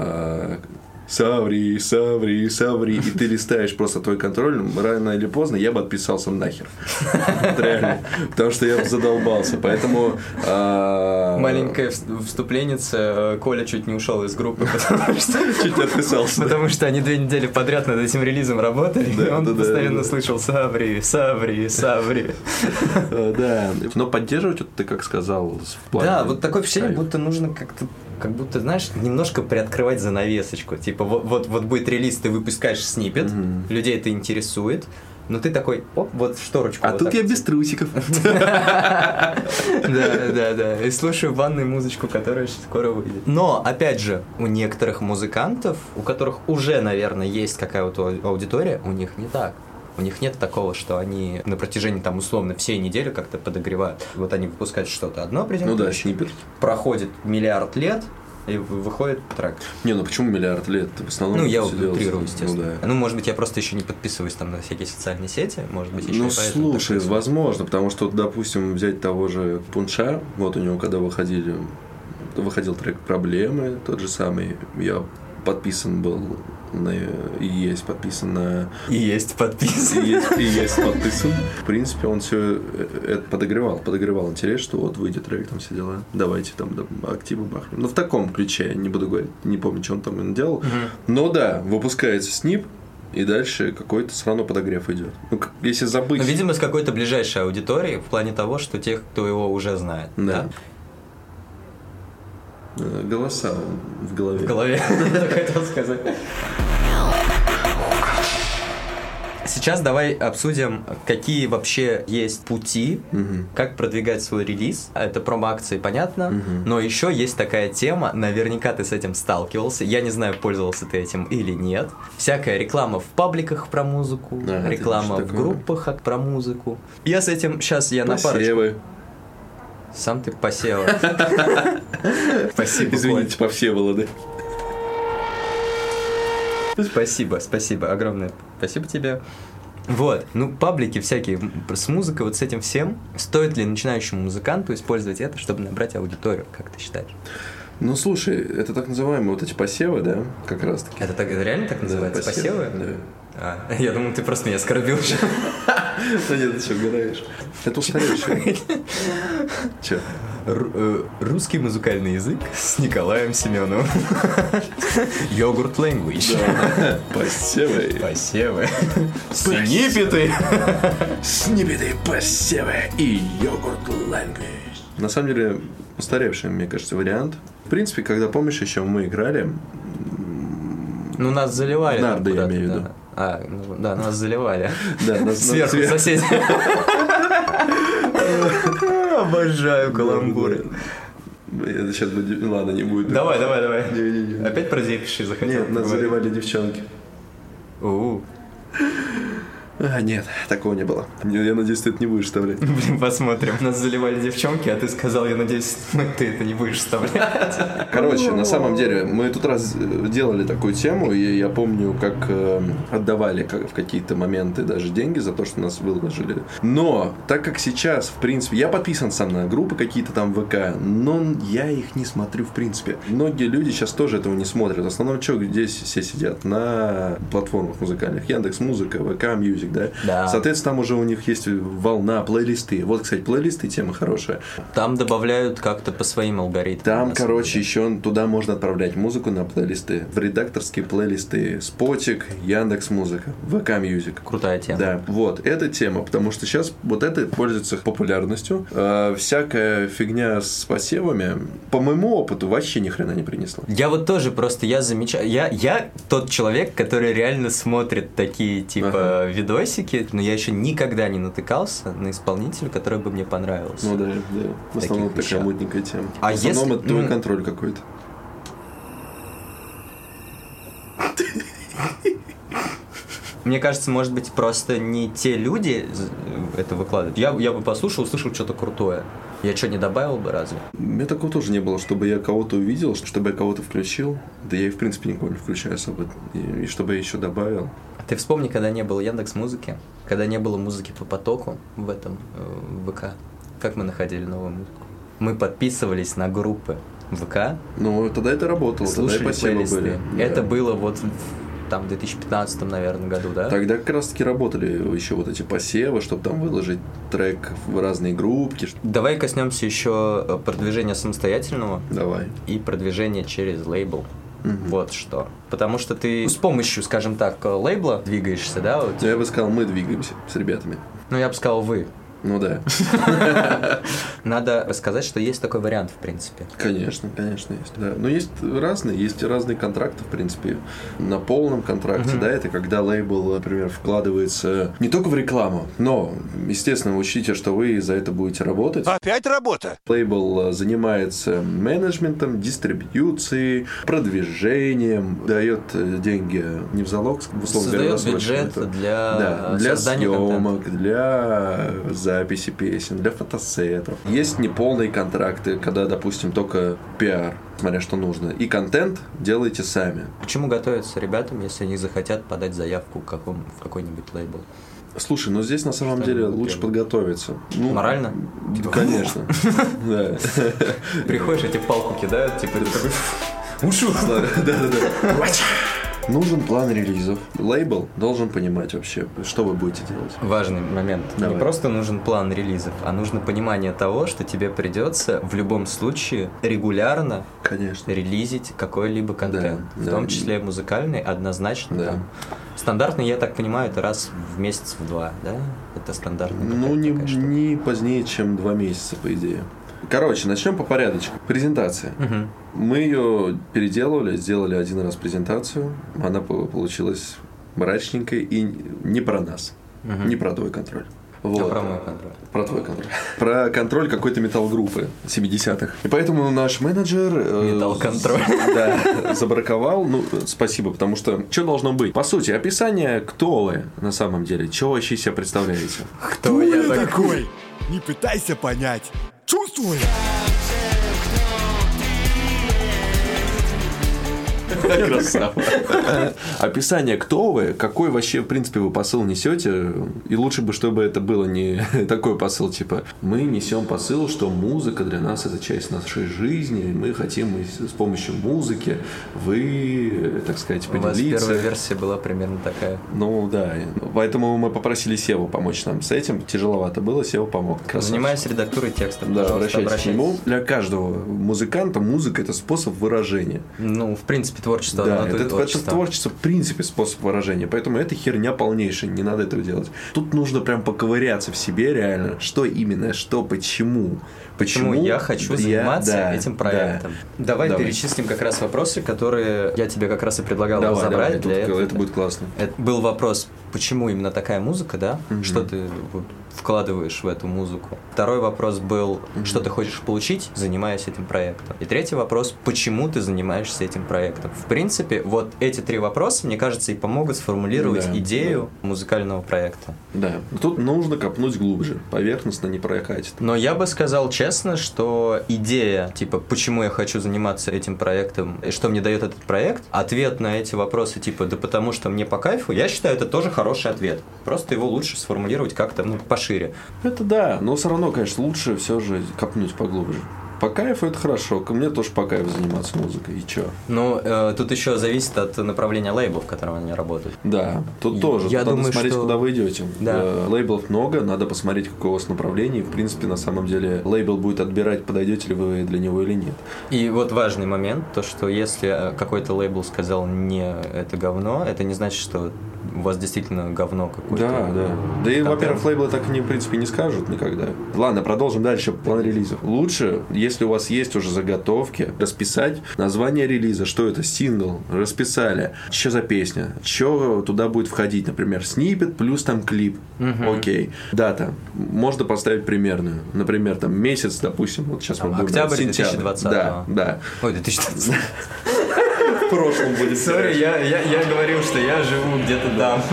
Саври, Саври, Саври. И ты листаешь просто твой контроль. Рано или поздно я бы отписался нахер. Реально. Потому что я бы задолбался. Поэтому... Маленькая вступленница. Коля чуть не ушел из группы, потому что... Чуть не отписался. Потому что они две недели подряд над этим релизом работали, и он постоянно слышал Саври, Саври, Саври. Да. Но поддерживать, вот ты как сказал, в плане... Да, вот такое впечатление, будто нужно как-то как будто, знаешь, немножко приоткрывать занавесочку. Типа, вот, вот, вот будет релиз, ты выпускаешь сниппет, mm-hmm. людей это интересует, но ты такой, оп, вот шторочку. А вот тут я так, без трусиков. Да, да, да. И слушаю ванную музычку, которая скоро выйдет. Но, опять же, у некоторых музыкантов, у которых уже, наверное, есть какая-то аудитория, у них не так. У них нет такого, что они на протяжении, там, условно, всей недели как-то подогревают. Вот они выпускают что-то одно определенное. Ну да, сниппет. Проходит миллиард лет, и выходит трек. Не, ну почему миллиард лет? В основном ну, я утрирую, естественно. Ну, да. ну, может быть, я просто еще не подписываюсь там на всякие социальные сети, может быть, еще ну, и поэтому. Слушай, возможно, потому что, допустим, взять того же Пунша, вот у него, когда выходили, выходил трек «Проблемы», тот же самый, я подписан был на, и есть подписан на... И есть подписан. И есть, и есть подписан. В принципе, он все это подогревал. Подогревал интерес, что вот выйдет трек, там все дела. Давайте там активы бахнем. Ну, в таком ключе, я не буду говорить, не помню, что он там делал. Угу. Но да, выпускается снип, и дальше какой-то все равно подогрев идет. Ну, если забыть... Ну, видимо, с какой-то ближайшей аудиторией, в плане того, что тех, кто его уже знает. Да. да? Голоса в голове. В голове, я хотел сказать. Сейчас давай обсудим, какие вообще есть пути, угу. как продвигать свой релиз. Это промо-акции, понятно, угу. но еще есть такая тема, наверняка ты с этим сталкивался, я не знаю, пользовался ты этим или нет. Всякая реклама в пабликах про музыку, а, реклама в группах про музыку. Я с этим, сейчас я Посевы. на парочку... Сам ты посева. Спасибо, извините, Повсеволоды. Спасибо, спасибо, огромное спасибо тебе. Вот, ну, паблики всякие с музыкой, вот с этим всем. Стоит ли начинающему музыканту использовать это, чтобы набрать аудиторию, как ты считаешь? Ну, слушай, это так называемые вот эти посевы, да, как раз таки. Это, так, это реально так называется, да, посевы? посевы? Да. А, я думал, ты просто меня оскорбил. Да нет, ты что, угораешь? Это устаревшее. Че? Русский музыкальный язык с Николаем Семеновым. Йогурт language. Посевы. Посевы. Сниппеты. Сниппеты, посевы и йогурт language. На самом деле, устаревший, мне кажется, вариант. В принципе, когда, помнишь, еще мы играли... Ну, нас заливали. Нарды, я имею в виду. А, ну, да, нас заливали. Да, нас сверху соседи. Обожаю каламбуры. Это сейчас будет... Ладно, не будет. Давай, давай, давай. Опять про депиши захотел? Нет, нас заливали девчонки. У-у. А, нет, такого не было. Я надеюсь, ты это не будешь вставлять. Блин, посмотрим. Нас заливали девчонки, а ты сказал, я надеюсь, ты это не будешь вставлять. Короче, на самом деле, мы тут раз делали такую тему, и я помню, как э, отдавали как, в какие-то моменты даже деньги за то, что нас выложили. Но, так как сейчас, в принципе, я подписан сам на группы какие-то там в ВК, но я их не смотрю в принципе. Многие люди сейчас тоже этого не смотрят. В основном, что здесь все сидят? На платформах музыкальных. Яндекс.Музыка, ВК Мьюзик, да? Да. Соответственно, там уже у них есть волна, плейлисты. Вот, кстати, плейлисты, тема хорошая. Там добавляют как-то по своим алгоритмам. Там, короче, еще туда можно отправлять музыку на плейлисты. В редакторские плейлисты. Спотик, Яндекс.Музыка, ВК Мьюзик. Крутая тема. Да, вот, эта тема, потому что сейчас вот это пользуется популярностью. А, всякая фигня с посевами, по моему опыту, вообще ни хрена не принесла. Я вот тоже просто, я замечаю, я, я тот человек, который реально смотрит такие, типа, ага. видосики, видосики, но я еще никогда не натыкался на исполнителя, который бы мне понравился. Ну да, да. В основном такая вещах. мутненькая тема. А в основном если- это твой ну- контроль какой-то. Мне кажется, может быть, просто не те люди это выкладывают. Я, я бы послушал, услышал что-то крутое. Я что, не добавил бы разве? У меня такого тоже не было, чтобы я кого-то увидел, чтобы я кого-то включил. Да я и в принципе никого не включаю особо. И, и чтобы я еще добавил. Ты вспомни, когда не было Яндекс.Музыки, когда не было музыки по потоку в этом э, ВК. Как мы находили новую музыку? Мы подписывались на группы ВК, Ну, тогда это работало, слушали тогда и посевы плейлисты. были. Это Да. было вот в, там, в две тысячи пятнадцатом, наверное, году, да? Тогда как раз таки работали еще вот эти посевы, чтобы там выложить трек в разные группки. Давай коснемся еще продвижения самостоятельного Давай. и продвижения через лейбл. Вот что. Потому что ты с помощью, скажем так, лейбла двигаешься, да? Вот. Ну, я бы сказал, мы двигаемся с ребятами. Ну, я бы сказал, вы. Ну да. Надо рассказать, что есть такой вариант, в принципе. Конечно, конечно есть. Да. Но есть разные, есть разные контракты, в принципе. На полном контракте, да, это когда лейбл, например, вкладывается не только в рекламу, но, естественно, учтите, что вы за это будете работать. Опять работа? Лейбл занимается менеджментом, дистрибьюцией, продвижением, дает деньги не в залог, условно говоря, Создает бюджет это- для, да, для создания съемок, контента. для записи песен, для фотосетов. Есть неполные контракты, когда, допустим, только пиар, смотря что нужно. И контент делайте сами. Почему готовятся ребятам, если они захотят подать заявку в, каком, в какой-нибудь лейбл? Слушай, ну здесь на самом Что деле они лучше делают? подготовиться. Ну, Морально? да, конечно. Да. Приходишь, эти палку кидают, типа, ты такой... Ушу! Да-да-да. Нужен план релизов. Лейбл должен понимать вообще, что вы будете делать. Важный момент. Давай. Не просто нужен план релизов, а нужно понимание того, что тебе придется в любом случае регулярно Конечно. релизить какой-либо контент. Да, в да. том числе музыкальный, однозначно. Да. Там. Стандартный, я так понимаю, это раз в месяц, в два, да? Это стандартный. Ну, не, не позднее, чем два месяца, по идее. Короче, начнем по порядочку. Презентация. Угу. Мы ее переделывали, сделали один раз презентацию. Она по- получилась мрачненькой и не про нас, Мгм. не про твой контроль. А Вот. про мой контроль. Про твой контроль. Про контроль какой-то металл-группы семидесятых. И поэтому наш менеджер... э, Металл-контроль. Да, забраковал. Ну, спасибо, потому что что должно быть? По сути, описание, кто вы на самом деле, что вообще себя представляете. Кто я такой? такой? Не пытайся понять. Чувствую. Красава. Описание, кто вы, какой вообще, в принципе, вы посыл несете. И лучше бы, чтобы это было не такой посыл, типа, мы несем посыл, что музыка для нас это часть нашей жизни, и мы хотим с помощью музыки вы, так сказать, У вас поделиться. первая версия была примерно такая. Ну да, поэтому мы попросили Севу помочь нам с этим. Тяжеловато было, Сева помог. Красавчик. Занимаюсь редактурой текста. Да, пожалуйста, обращайтесь к нему. Для каждого музыканта музыка – это способ выражения. Ну, в принципе, творчество. Да, оно это, тут это творчество. творчество, в принципе, способ выражения. Поэтому это херня полнейшая, не надо этого делать. Тут нужно прям поковыряться в себе реально, что именно, что, почему. Почему я хочу заниматься да, этим проектом. да. Давай, Давай. перечислим как раз вопросы, которые я тебе как раз и предлагал Давай, разобрать. давай, для тут этого. это будет классно. Это был вопрос, почему именно такая музыка, да? Что ты вот вкладываешь в эту музыку? Второй вопрос был, что ты хочешь получить, занимаясь этим проектом? И третий вопрос, почему ты занимаешься этим проектом? В принципе, вот эти три вопроса, мне кажется, и помогут сформулировать Да, идею музыкального проекта. Да, тут нужно копнуть глубже, поверхностно не прокатит. Но я бы сказал честно, что идея, типа, почему я хочу заниматься этим проектом, и что мне дает этот проект, ответ на эти вопросы, типа, да потому что мне по кайфу, я считаю, это тоже хороший ответ. Просто его лучше сформулировать как-то, ну, пошире. Это да, но все равно, конечно, лучше все же копнуть поглубже. По кайфу это хорошо, ко мне тоже по кайфу заниматься музыкой, и чё? Но э, тут еще зависит от направления лейбла, в котором они работают. Да, тут И тоже. я Тут думаю, надо смотреть, что- куда вы идете. Да. Э, Лейблов много, надо посмотреть, какое у вас направление. И, в принципе, на самом деле, лейбл будет отбирать, подойдете ли вы для него или нет. И вот важный момент, то что если какой-то лейбл сказал не это говно, это не значит, что у вас действительно говно какое-то. Да, да. Да и, во-первых, лейблы так, в принципе, не скажут никогда. Ладно, продолжим дальше план релизов. Лучше, если у вас есть уже заготовки, расписать название релиза, что это, сингл, расписали, что за песня, что туда будет входить, например, сниппет плюс там клип. Угу. Окей. Дата. Можно поставить примерную. Например, там месяц, допустим, вот сейчас там, мы будем... Октябрь две тысячи двадцатого. Да, да. Ой, две тысячи двадцатого. В прошлом будет. Сори, я, я, я говорил, что я живу где-то там.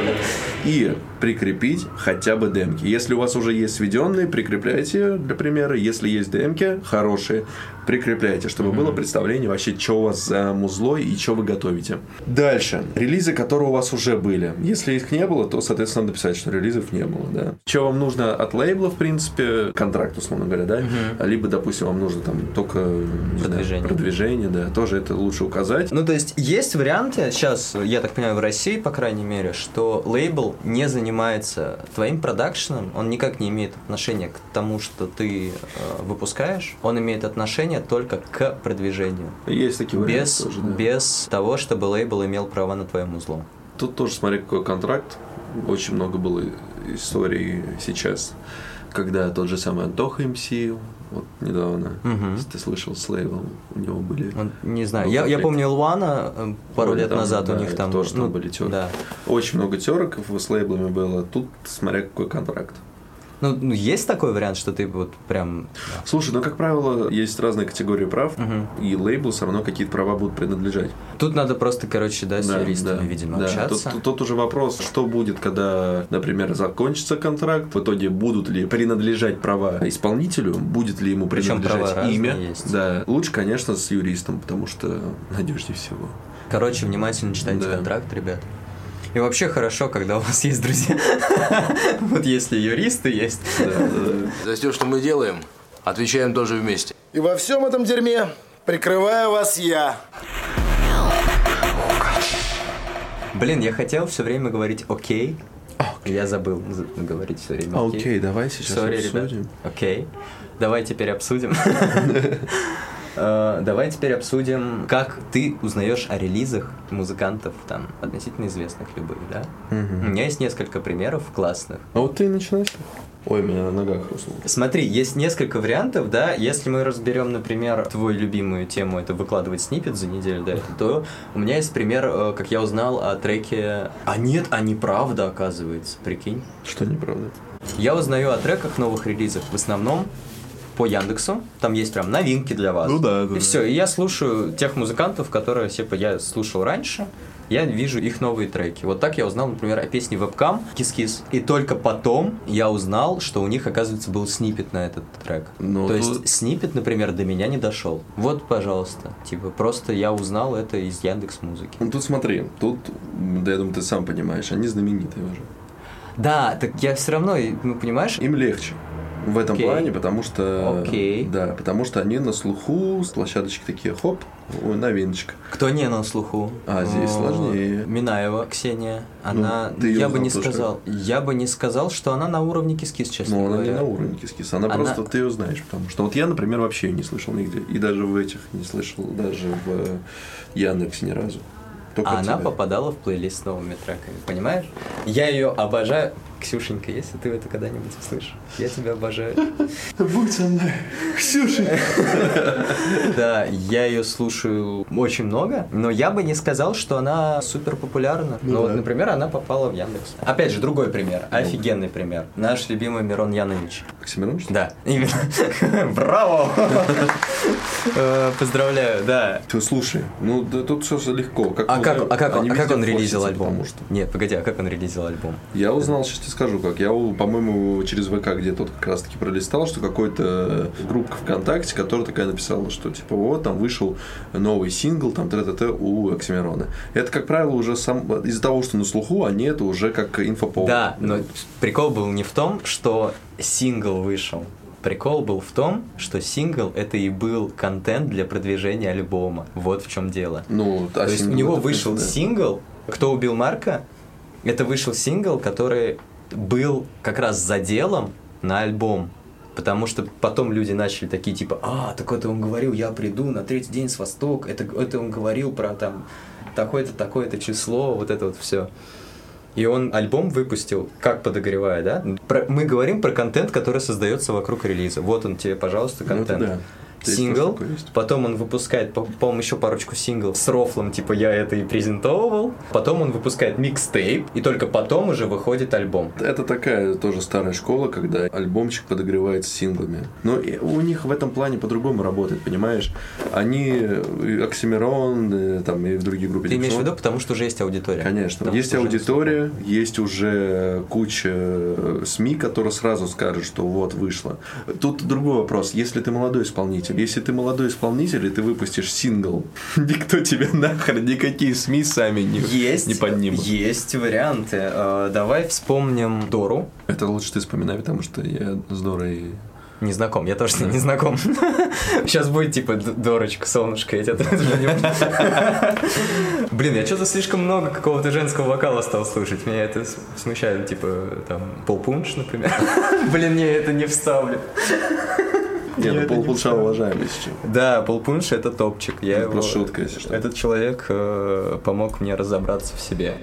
И прикрепить хотя бы демки. Если у вас уже есть сведенные, прикрепляйте для примера. Если есть демки хорошие, прикрепляйте, чтобы mm-hmm. было представление вообще, что у вас за музло и что вы готовите. Дальше. Релизы, которые у вас уже были. Если их не было, то, соответственно, надо писать, что релизов не было. Да? Что вам нужно от лейбла, в принципе, контракт, условно говоря, да? Mm-hmm. Либо, допустим, вам нужно там только не продвижение. Знаю, продвижение, да. Тоже это лучше указать. Ну, то есть, есть варианты, сейчас, я так понимаю, в России, по крайней мере, что лейбл не занимается твоим продакшеном, он никак не имеет отношения к тому, что ты э, выпускаешь, он имеет отношение только к продвижению. Есть такие варианты без, тоже, да. Без того, чтобы лейбл имел права на твоим узлом. Тут тоже смотри, какой контракт. Очень много было историй сейчас, когда тот же самый Антоха эм си, вот недавно, угу. если ты слышал, с лейблом, у него были... Он, не знаю, я, я помню Луана пару Ой, лет там, назад да, у них там... тоже ну, там были терки. Да. Очень много терок с лейблами было, тут смотря какой контракт. Ну, ну, есть такой вариант, что ты вот прям... Слушай, ну, как правило, есть разные категории прав, угу. и лейблу все равно какие-то права будут принадлежать. Тут надо просто, короче, да, с да, юристами, да, видимо, да. общаться. Тут, тут, тут уже вопрос, что будет, когда, например, закончится контракт, в итоге будут ли принадлежать права исполнителю, будет ли ему принадлежать имя. Есть. Да, лучше, конечно, с юристом, потому что надежнее всего. Короче, внимательно читайте да. контракт, ребят. И вообще хорошо, когда у вас есть друзья. Вот если юристы есть. За все, что мы делаем, отвечаем тоже вместе. И во всем этом дерьме прикрываю вас я. Блин, я хотел все время говорить «окей». Я забыл говорить все время «окей». Окей, давай сейчас обсудим. Окей, давай теперь обсудим. Uh, давай теперь обсудим, как ты узнаешь о релизах музыкантов, там, относительно известных любых, да? Uh-huh. У меня есть несколько примеров классных. А вот ты начинаешь? Ой, у меня на ногах хрустнуло. Смотри, есть несколько вариантов, да? Если мы разберем, например, твою любимую тему, это выкладывать сниппет за неделю, да, то у меня есть пример, как я узнал о треке... А нет, а неправда, оказывается, прикинь. Что неправда? Я узнаю о треках новых релизов в основном по Яндексу, там есть прям новинки для вас. Ну да, да. И все, и я слушаю тех музыкантов, которые типа я слушал раньше, я вижу их новые треки. Вот так я узнал, например, о песне Webcam Kiss-Kiss. И только потом я узнал, что у них, оказывается, был сниппет на этот трек. Но То тут... есть сниппет, например, до меня не дошел. Вот, пожалуйста. Типа, просто я узнал это из Яндекс.Музыки. Ну тут смотри, тут, да я думаю, ты сам понимаешь, они знаменитые уже. Да, так я все равно, ну, понимаешь? Им легче. В этом okay. плане, потому что okay. да, потому что они на слуху, с площадочки такие, хоп, новиночка. Кто не на слуху? А здесь сложнее. Минаева Ксения, она, ну, я бы не тоже. сказал, я бы не сказал, что она на уровне Kiss-Kiss, честно говоря. Ну, она не на уровне Kiss-Kiss, она, она просто ты ее знаешь, потому что вот я, например, вообще ее не слышал нигде, и даже в этих не слышал, даже в Яндексе ни разу. Только а она тебя. попадала в плейлист с новыми треками, понимаешь? Я ее обожаю. Ксюшенька, если ты это когда-нибудь услышишь, я тебя обожаю. Будь со мной, Ксюшенька. Да, я ее слушаю очень много, но я бы не сказал, что она супер популярна. Ну, ну вот, например, она попала в Яндекс. Опять же, другой пример, офигенный пример. Наш любимый Мирон Янович. Оксимиронович? Да, именно. Браво! Поздравляю, да. Ты слушай, ну тут все легко. А как он релизил альбом? Нет, погоди, а как он релизил альбом? Я узнал, сейчас скажу как. Я, по-моему, через ВК где-то как раз-таки пролистал, что какой-то группа ВКонтакте, которая такая написала, что типа вот там вышел новый сингл, там т-т-т у Оксимирона. Это, как правило, уже сам из-за того, что на слуху, они это уже как инфоповод. Да, но прикол был не в том, что сингл вышел. Прикол был в том, что сингл это и был контент для продвижения альбома. Вот в чем дело. Ну, а то есть у него вышел да. сингл «Кто убил Марка?». Это вышел сингл, который был как раз заделом на альбом. Потому что потом люди начали такие типа, а, так это он говорил, я приду на третий день с Востока, это, это он говорил про там такое-то, такое-то число, вот это вот все. И он альбом выпустил, как подогревая, да? Про, мы говорим про контент, который создается вокруг релиза. Вот он тебе, пожалуйста, контент. Ну, да. Сингл, потом он выпускает, по-моему, еще парочку синглов с рофлом, типа я это и презентовывал. Потом он выпускает микстейп, и только потом уже выходит альбом. Это такая тоже старая школа, когда альбомчик подогревается синглами. Но у них в этом плане по-другому работает, понимаешь? Они, Оксимирон, там, и в других группах. Ты имеешь в виду, потому что уже есть аудитория? Конечно. Потому есть аудитория, уже есть уже куча СМИ, которые сразу скажут, что вот вышло. Тут другой вопрос. Если ты молодой исполнитель, если ты молодой исполнитель, и ты выпустишь сингл, никто тебе нахрен, никакие СМИ сами не, есть, не поднимут. Есть варианты. Э, давай вспомним Дору. Это лучше ты вспоминай, потому что я с Дорой... Не знаком, я тоже с ней не знаком. Сейчас будет типа Дорочка, солнышко, я тебя тоже Блин, я что-то слишком много какого-то женского вокала стал слушать. Меня это смущает, типа там Пол Пунш, например. Блин, я это не вставлю. Не, ну Пол Пунша уважаемый сейчас. Да, Пол Пунш это топчик. Я это его... просто шутка, если что. Этот человек э, помог мне разобраться в себе.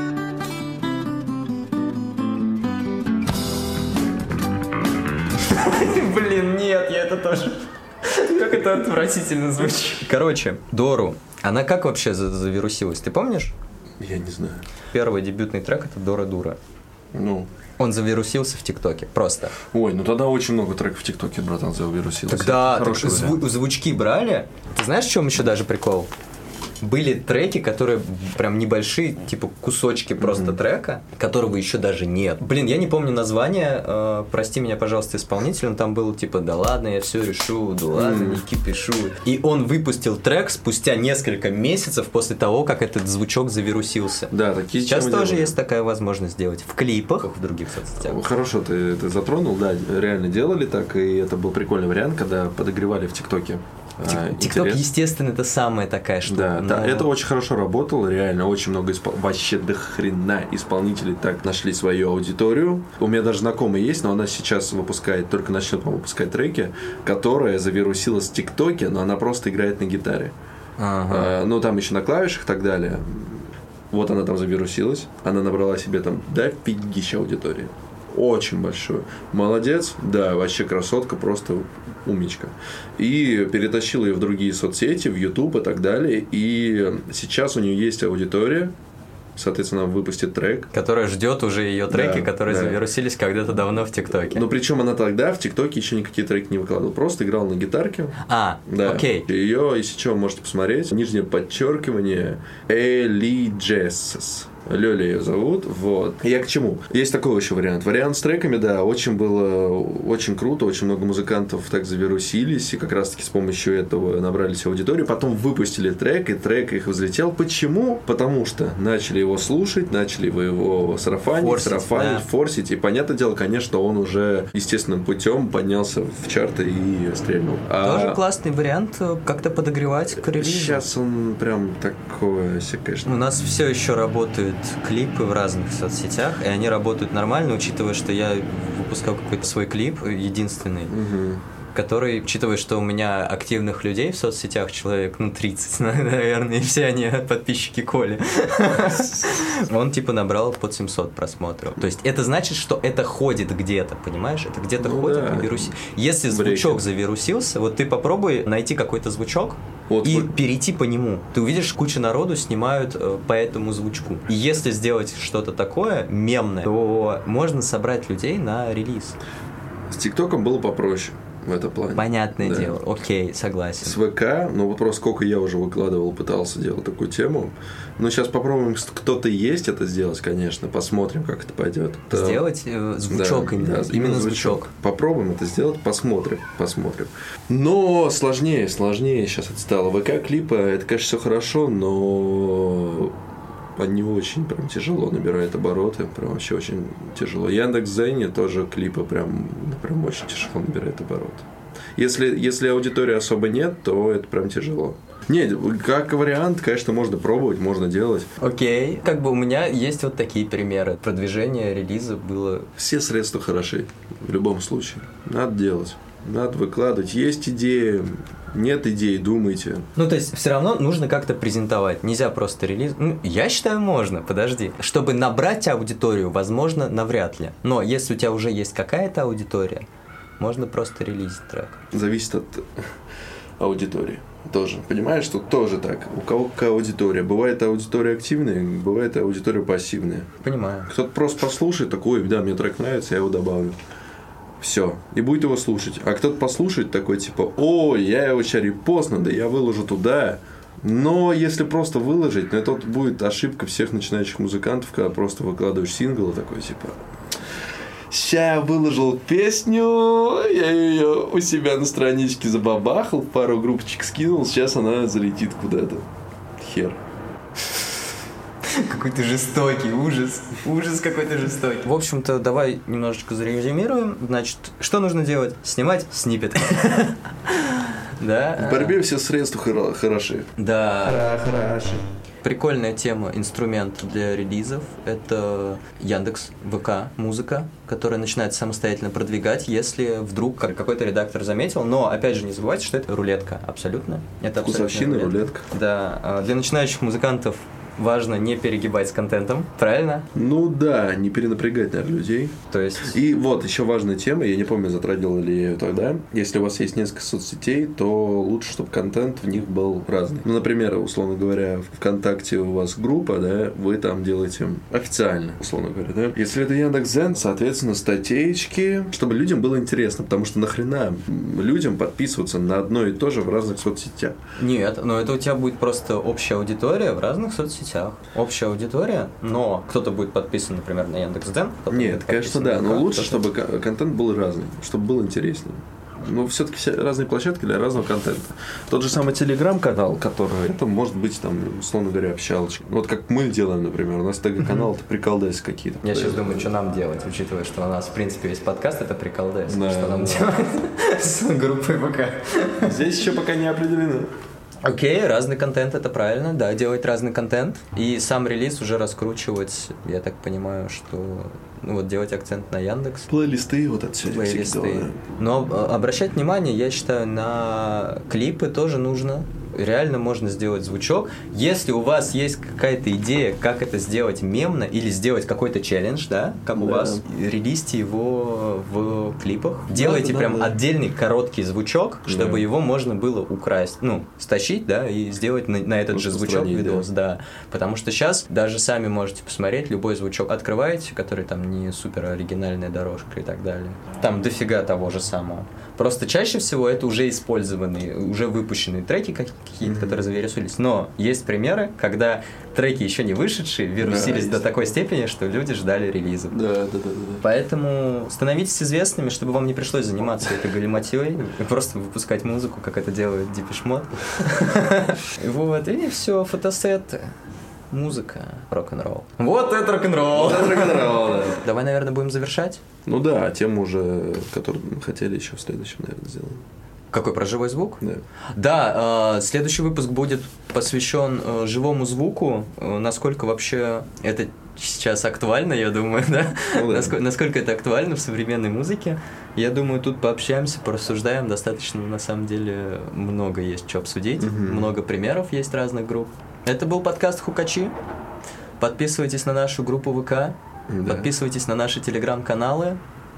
Блин, нет, я это тоже... Как это отвратительно звучит. Короче, Дору, она как вообще завирусилась, ты помнишь? Я не знаю. Первый дебютный трек это Дора Дура. Ну... Он завирусился в ТикТоке, просто. Ой, ну тогда очень много треков в ТикТоке, братан, завирусился. Тогда так, зву- звучки брали. Ты знаешь, в чем еще даже прикол? Были треки, которые прям небольшие, типа кусочки просто mm-hmm. трека, которого еще даже нет. Блин, я не помню название, э, прости меня, пожалуйста, исполнитель, он там был типа, да ладно, я все решу, да ладно, mm-hmm. не кипишу. И он выпустил трек спустя несколько месяцев после того, как этот звучок завирусился. Да, такие Сейчас тоже делали. есть такая возможность сделать в клипах, в других соцсетях. Хорошо, ты, ты затронул, да, реально делали так, и это был прикольный вариант, когда подогревали в ТикТоке. ТикТок, естественно, это самая такая штука. Да, но... да, это очень хорошо работало, реально, очень много испол... вообще до хрена исполнителей так нашли свою аудиторию. У меня даже знакомая есть, но она сейчас выпускает, только начнет, по-моему, выпускать треки, которая завирусилась в ТикТоке, но она просто играет на гитаре. Ага. А, ну, там еще на клавишах и так далее. Вот она там завирусилась, она набрала себе там дофигища аудитории. Очень большую. Молодец, да, вообще красотка, просто умничка. И перетащил ее в другие соцсети, в YouTube и так далее. И сейчас у нее есть аудитория, соответственно, она выпустит трек. Которая ждет уже ее треки, да, которые да. завирусились когда-то давно в ТикТоке. Но причем она тогда в ТикТоке еще никакие треки не выкладывала, просто играла на гитарке. А, да. окей. Ее, если что, можете посмотреть. Нижнее подчеркивание Эли Джессес. Лёля ее зовут, вот. Я к чему? Есть такой еще вариант. Вариант с треками, да, очень было, очень круто, очень много музыкантов так завирусились, и как раз-таки с помощью этого набрались аудиторию, потом выпустили трек, и трек их взлетел. Почему? Потому что начали его слушать, начали его сарафанить, форсить, сарафанить, да. форсить, и, понятное дело, конечно, он уже естественным путем поднялся в чарты и стрельнул. Тоже а... классный вариант как-то подогревать к релизу. Сейчас он прям такое, конечно. У нас все еще работают клипы в разных соцсетях, и они работают нормально, учитывая, что я выпускал какой-то свой клип, единственный, угу. который, учитывая, что у меня активных людей в соцсетях человек, ну, тридцать, наверное, и все они подписчики Коли. Он, типа, набрал под семьсот просмотров. То есть, это значит, что это ходит где-то, понимаешь? Это где-то ну, ходит да. и вирусит. Если звучок Брейки. завирусился, вот ты попробуй найти какой-то звучок, вот, и вот. перейти по нему. Ты увидишь, куча народу снимают э, по этому звучку. И если сделать что-то такое мемное, то можно собрать людей на релиз. С ТикТоком было попроще в этом плане. Понятное да. дело. Окей, согласен. С ВК, ну вопрос, сколько я уже выкладывал, пытался делать такую тему. Но сейчас попробуем, кто-то есть это сделать, конечно. Посмотрим, как это пойдет. Сделать э, звучок да, именно. Да, именно, именно звучок. звучок. Попробуем это сделать, посмотрим. Посмотрим. Но сложнее, сложнее сейчас это стало. ВК-клипы, это, конечно, все хорошо, но... они очень прям тяжело набирают обороты, прям вообще очень тяжело. Яндекс.Дзене тоже клипы прям, прям очень тяжело набирают обороты. Если, если аудитории особо нет, то это прям тяжело. Нет, как вариант, конечно, можно пробовать, можно делать. Окей, как бы у меня есть вот такие примеры. Продвижение релиза было... Все средства хороши, в любом случае. Надо делать. Надо выкладывать. Есть идеи, нет идей, думайте. Ну, то есть, все равно нужно как-то презентовать. Нельзя просто релиз... Ну, я считаю, можно, подожди. Чтобы набрать аудиторию, возможно, навряд ли. Но если у тебя уже есть какая-то аудитория, можно просто релизить трек. Зависит от аудитории. Тоже. Понимаешь, что тоже так. У кого какая аудитория. Бывает аудитория активная, бывает аудитория пассивная. Понимаю. Кто-то просто послушает, такой, да, мне трек нравится, я его добавлю. Все. И будет его слушать. А кто-то послушает такой, типа, о, я его сейчас репостну, да я выложу туда. Но если просто выложить, ну это вот будет ошибка всех начинающих музыкантов, когда просто выкладываешь сингл, такой, типа, ща я выложил песню, я ее у себя на страничке забабахал, пару группочек скинул, сейчас она залетит куда-то. Хер. Какой ты жестокий, ужас. Ужас какой-то жестокий. В общем-то, давай немножечко зарезюмируем. Значит, что нужно делать? Снимать сниппет. Да. В борьбе все средства хороши. Да. Хороши. Прикольная тема, инструмент для релизов. Это Яндекс, ВК, музыка, которая начинает самостоятельно продвигать, если вдруг какой-то редактор заметил. Но, опять же, не забывайте, что это рулетка. Абсолютно. Это Вкусовщина, абсолютно рулетка. Да. Для начинающих музыкантов важно не перегибать с контентом, правильно? Ну да, не перенапрягать, наверное, людей. То есть... И вот еще важная тема, я не помню, затрагивал ли я ее тогда. Если у вас есть несколько соцсетей, то лучше, чтобы контент в них был разный. Ну, например, условно говоря, в ВКонтакте у вас группа, да, вы там делаете официально, условно говоря, да. Если это Яндекс.Дзен, соответственно, статейки, чтобы людям было интересно, потому что нахрена людям подписываться на одно и то же в разных соцсетях? Нет, но это у тебя будет просто общая аудитория в разных соцсетях. Общая аудитория, но кто-то будет подписан, например, на Яндекс.Дзен. Нет, конечно, да, но лучше, чтобы контент был разный, чтобы было интереснее. Ну, все-таки все разные площадки для разного контента. Тот же самый телеграм-канал, который, это может быть, там, условно говоря, общалочка. Вот как мы делаем, например, у нас ТГ-канал, это приколдесы какие-то. Я сейчас думаю, что нам делать, учитывая, что у нас, в принципе, весь подкаст, это приколдес. Да, что нам да. делать с группой ВК? Здесь еще пока не определено. Окей, разный контент, это правильно, да, делать разный контент. И сам релиз уже раскручивать, я так понимаю, что... Ну, вот делать акцент на Яндекс. Плейлисты, вот это все. Плейлисты. Но обращать внимание, я считаю, на клипы тоже нужно. Реально можно сделать звучок. Если у вас есть какая-то идея, как это сделать мемно или сделать какой-то челлендж, да, как да. у вас, релизьте его в клипах. Делайте да, прям да, отдельный короткий звучок, чтобы да. его можно было украсть, ну, стащить, да, и сделать на, на этот же звучок видос, да. да. Потому что сейчас даже сами можете посмотреть, любой звучок открываете, который там не супер оригинальная дорожка и так далее. Там дофига того же самого. Просто чаще всего это уже использованные, уже выпущенные треки какие-то, mm-hmm. которые завирусились. Но есть примеры, когда треки еще не вышедшие вирусились да, до такой степени, что люди ждали релиза. Да, да, да, да. Поэтому становитесь известными, чтобы вам не пришлось заниматься этой галиматьей, просто выпускать музыку, как это делает Depeche Mode. Вот, и все, фотосеты. Музыка, рок-н-ролл. Вот это рок-н-ролл! Вот это рок-н-ролл, да. Давай, наверное, будем завершать. Ну да, тему уже, которую мы хотели еще в следующем, наверное, сделаем. Какой, про живой звук? Да. Да, э, следующий выпуск будет посвящен э, живому звуку. Э, насколько вообще это сейчас актуально, я думаю, да? Ну, да. Насколько, насколько это актуально в современной музыке. Я думаю, тут пообщаемся, порассуждаем. Достаточно, на самом деле, много есть что обсудить. Угу. Много примеров есть разных групп. Это был подкаст «Хукачи». Подписывайтесь на нашу группу ВК. Да. Подписывайтесь на наши телеграм-каналы.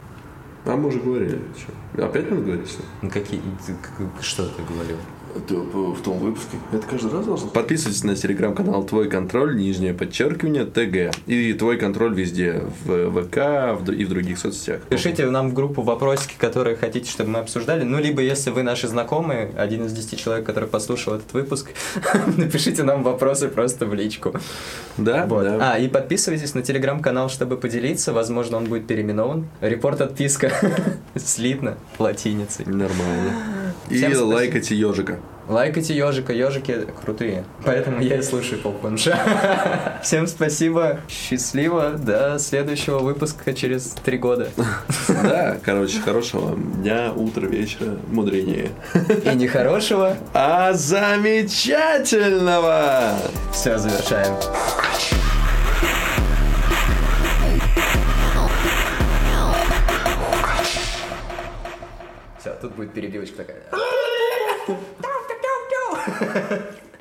А мы уже говорили. Что? Опять мы говорили? Что? Какие? Что ты говорил? Это в том выпуске. Это каждый раз должен. Подписывайтесь на телеграм-канал «Твой контроль», нижнее подчеркивание, ТГ. И «Твой контроль» везде. В ВК и в других соцсетях. Пишите нам в группу вопросики, которые хотите, чтобы мы обсуждали. Ну, либо, если вы наши знакомые, один из десяти человек, который послушал этот выпуск, напишите нам вопросы просто в личку. Да, вот. да. А, и подписывайтесь на телеграм-канал, чтобы поделиться. Возможно, он будет переименован. Репорт-отписка. Слитно. Латиницей. Нормально. И лайкайте ежика. Лайкайте ежика, ежики крутые. Поэтому я и слушаю полпунша. Всем спасибо, счастливо, до следующего выпуска через три года. Да, короче, хорошего дня, утра, вечера, мудренее. И не хорошего, а замечательного! Все, завершаем. Все, тут будет перебивочка такая.